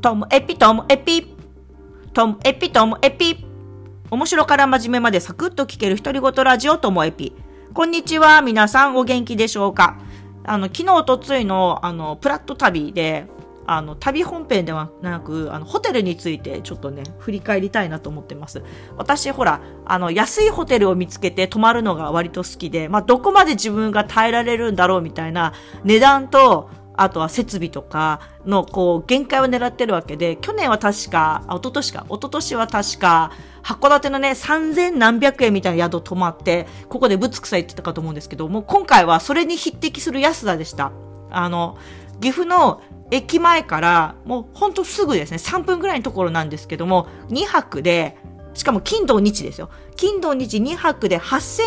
ともエピともエピ。ともエピともエピ。面白から真面目までサクッと聞ける独り言ラジオともエピ。こんにちは。皆さんお元気でしょうか？昨日おとついの、プラット旅で、旅本編ではなく、ホテルについてちょっとね、振り返りたいなと思ってます。私、ほら、安いホテルを見つけて泊まるのが割と好きで、どこまで自分が耐えられるんだろうみたいな値段と、あとは設備とかの、限界を狙ってるわけで、去年は確か、一昨年は確か、函館のね、3000何百円みたいな宿泊まって、ここでぶつくさ言ってたかと思うんですけど、もう今回はそれに匹敵する安さでした。岐阜の駅前から、もうほんとすぐですね、3分ぐらいのところなんですけども、2泊で、しかも金土日ですよ。金土日2泊で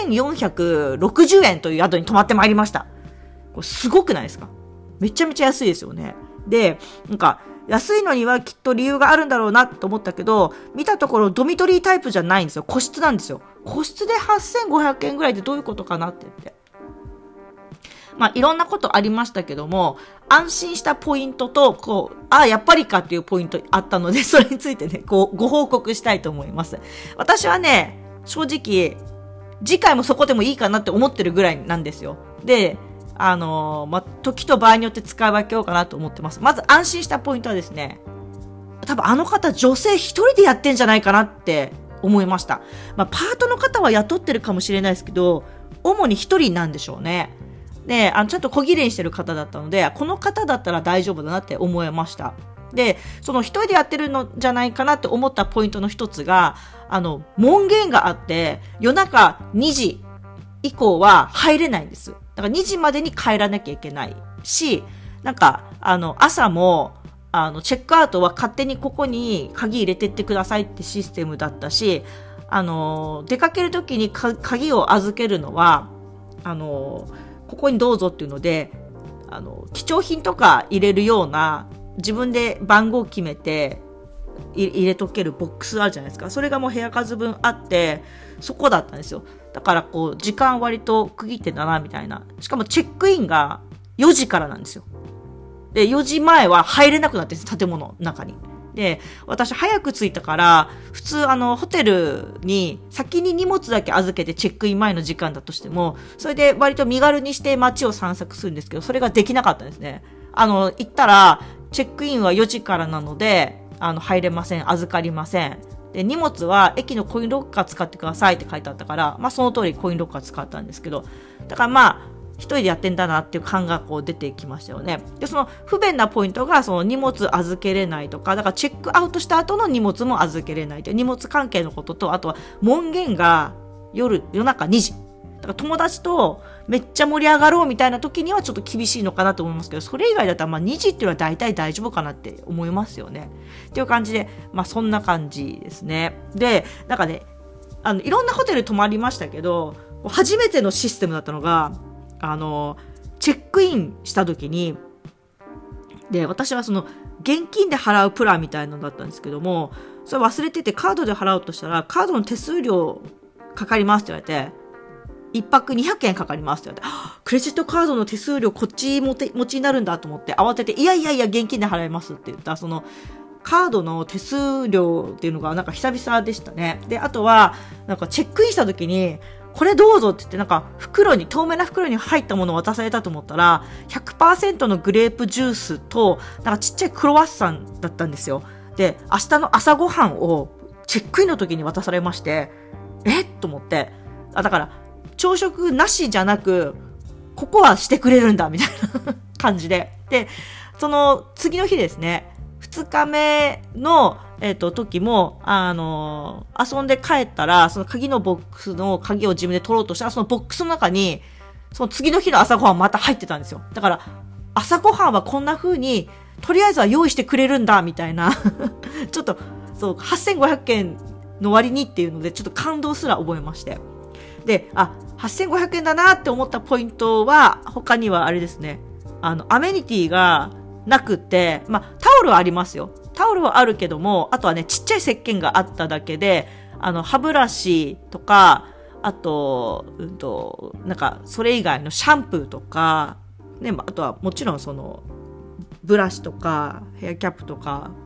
8460円という宿に泊まってまいりました。これすごくないですか？めちゃめちゃ安いですよね。で、安いのにはきっと理由があるんだろうなと思ったけど、見たところドミトリータイプじゃないんですよ。個室なんですよ。個室で8500円ぐらいってどういうことかなって言って。いろんなことありましたけども、安心したポイントと、やっぱりかっていうポイントあったので、それについてね、ご報告したいと思います。私はね、正直、次回もそこでもいいかなって思ってるぐらいなんですよ。で、時と場合によって使い分けようかなと思ってます。まず安心したポイントはですね、多分あの方女性一人でやってんじゃないかなって思いました。パートの方は雇ってるかもしれないですけど、主に一人なんでしょうね。で、ちゃんと小切れにしてる方だったので、この方だったら大丈夫だなって思いました。で、その一人でやってるのじゃないかなって思ったポイントの一つが、門限があって、夜中2時以降は入れないんです。だから2時までに帰らなきゃいけないし、朝も、チェックアウトは勝手にここに鍵入れてってくださいってシステムだったし、出かけるときに鍵を預けるのは、ここにどうぞっていうので、貴重品とか入れるような、自分で番号決めて入れとけるボックスあるじゃないですか。それがもう部屋数分あって、そこだったんですよ。だから時間割と区切ってたな、みたいな。しかもチェックインが4時からなんですよ。で、4時前は入れなくなってるんです、建物の中に。で、私早く着いたから、普通ホテルに先に荷物だけ預けてチェックイン前の時間だとしても、それで割と身軽にして街を散策するんですけど、それができなかったんですね。行ったら、チェックインは4時からなので、入れません、預かりません。で、荷物は駅のコインロッカー使ってくださいって書いてあったから、その通りコインロッカー使ったんですけど、だから一人でやってんだなっていう感が出てきましたよね。で、その不便なポイントが、その荷物預けれないとか、だからチェックアウトした後の荷物も預けれないという荷物関係のことと、あとは門限が夜中2時。だから友達とめっちゃ盛り上がろうみたいな時にはちょっと厳しいのかなと思いますけど、それ以外だったら2時っていうのは大体大丈夫かなって思いますよね。っていう感じで、そんな感じですね。で、いろんなホテル泊まりましたけど、初めてのシステムだったのが、チェックインした時に、で、私は現金で払うプランみたいなのだったんですけども、それ忘れててカードで払おうとしたら、カードの手数料かかりますって言われて、一泊200円かかりますって言われて、クレジットカードの手数料こっち持ちになるんだと思って慌てて、いや現金で払いますって言った、カードの手数料っていうのが久々でしたね。で、あとは、チェックインした時に、これどうぞって言って透明な袋に入ったものを渡されたと思ったら、100% のグレープジュースと、ちっちゃいクロワッサンだったんですよ。で、明日の朝ごはんをチェックインの時に渡されまして、と思って、だから、朝食なしじゃなく、ここはしてくれるんだ、みたいな感じで。で、その次の日ですね、2日目の、時も、遊んで帰ったら、その鍵のボックスの鍵を自分で取ろうとしたら、そのボックスの中に、その次の日の朝ごはんまた入ってたんですよ。だから、朝ごはんはこんな風に、とりあえずは用意してくれるんだ、みたいな。ちょっと、8500円の割にっていうので、ちょっと感動すら覚えまして。で、8500円だなって思ったポイントは、他にはあれですね。アメニティがなくって、タオルはありますよ。タオルはあるけども、あとはね、ちっちゃい石鹸があっただけで、歯ブラシとか、あと、それ以外のシャンプーとか、ね、あとはもちろんブラシとか、ヘアキャップとか、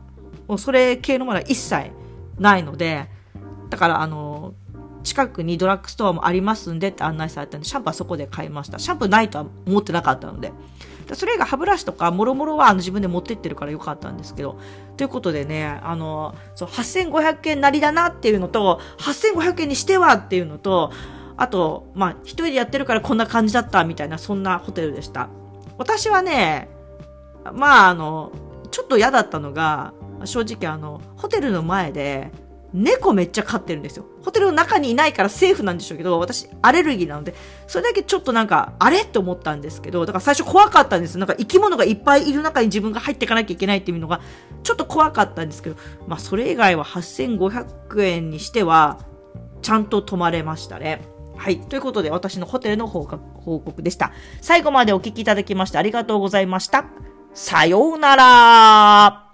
もうそれ系のものは一切ないので、だから近くにドラッグストアもありますんでって案内されたんで、シャンプーはそこで買いました。シャンプーないとは思ってなかったので。それ以外歯ブラシとかもろもろは自分で持ってってるからよかったんですけど。ということでね、そう8500円なりだなっていうのと、8500円にしてはっていうのと、あと、一人でやってるからこんな感じだったみたいな、そんなホテルでした。私はね、ちょっと嫌だったのが、正直ホテルの前で、猫めっちゃ飼ってるんですよ。ホテルの中にいないからセーフなんでしょうけど、私アレルギーなので、それだけちょっとあれって思ったんですけど、だから最初怖かったんです。生き物がいっぱいいる中に自分が入っていかなきゃいけないっていうのが、ちょっと怖かったんですけど、それ以外は8500円にしては、ちゃんと泊まれましたね。はい。ということで、私のホテルの報告でした。最後までお聞きいただきましてありがとうございました。さようなら。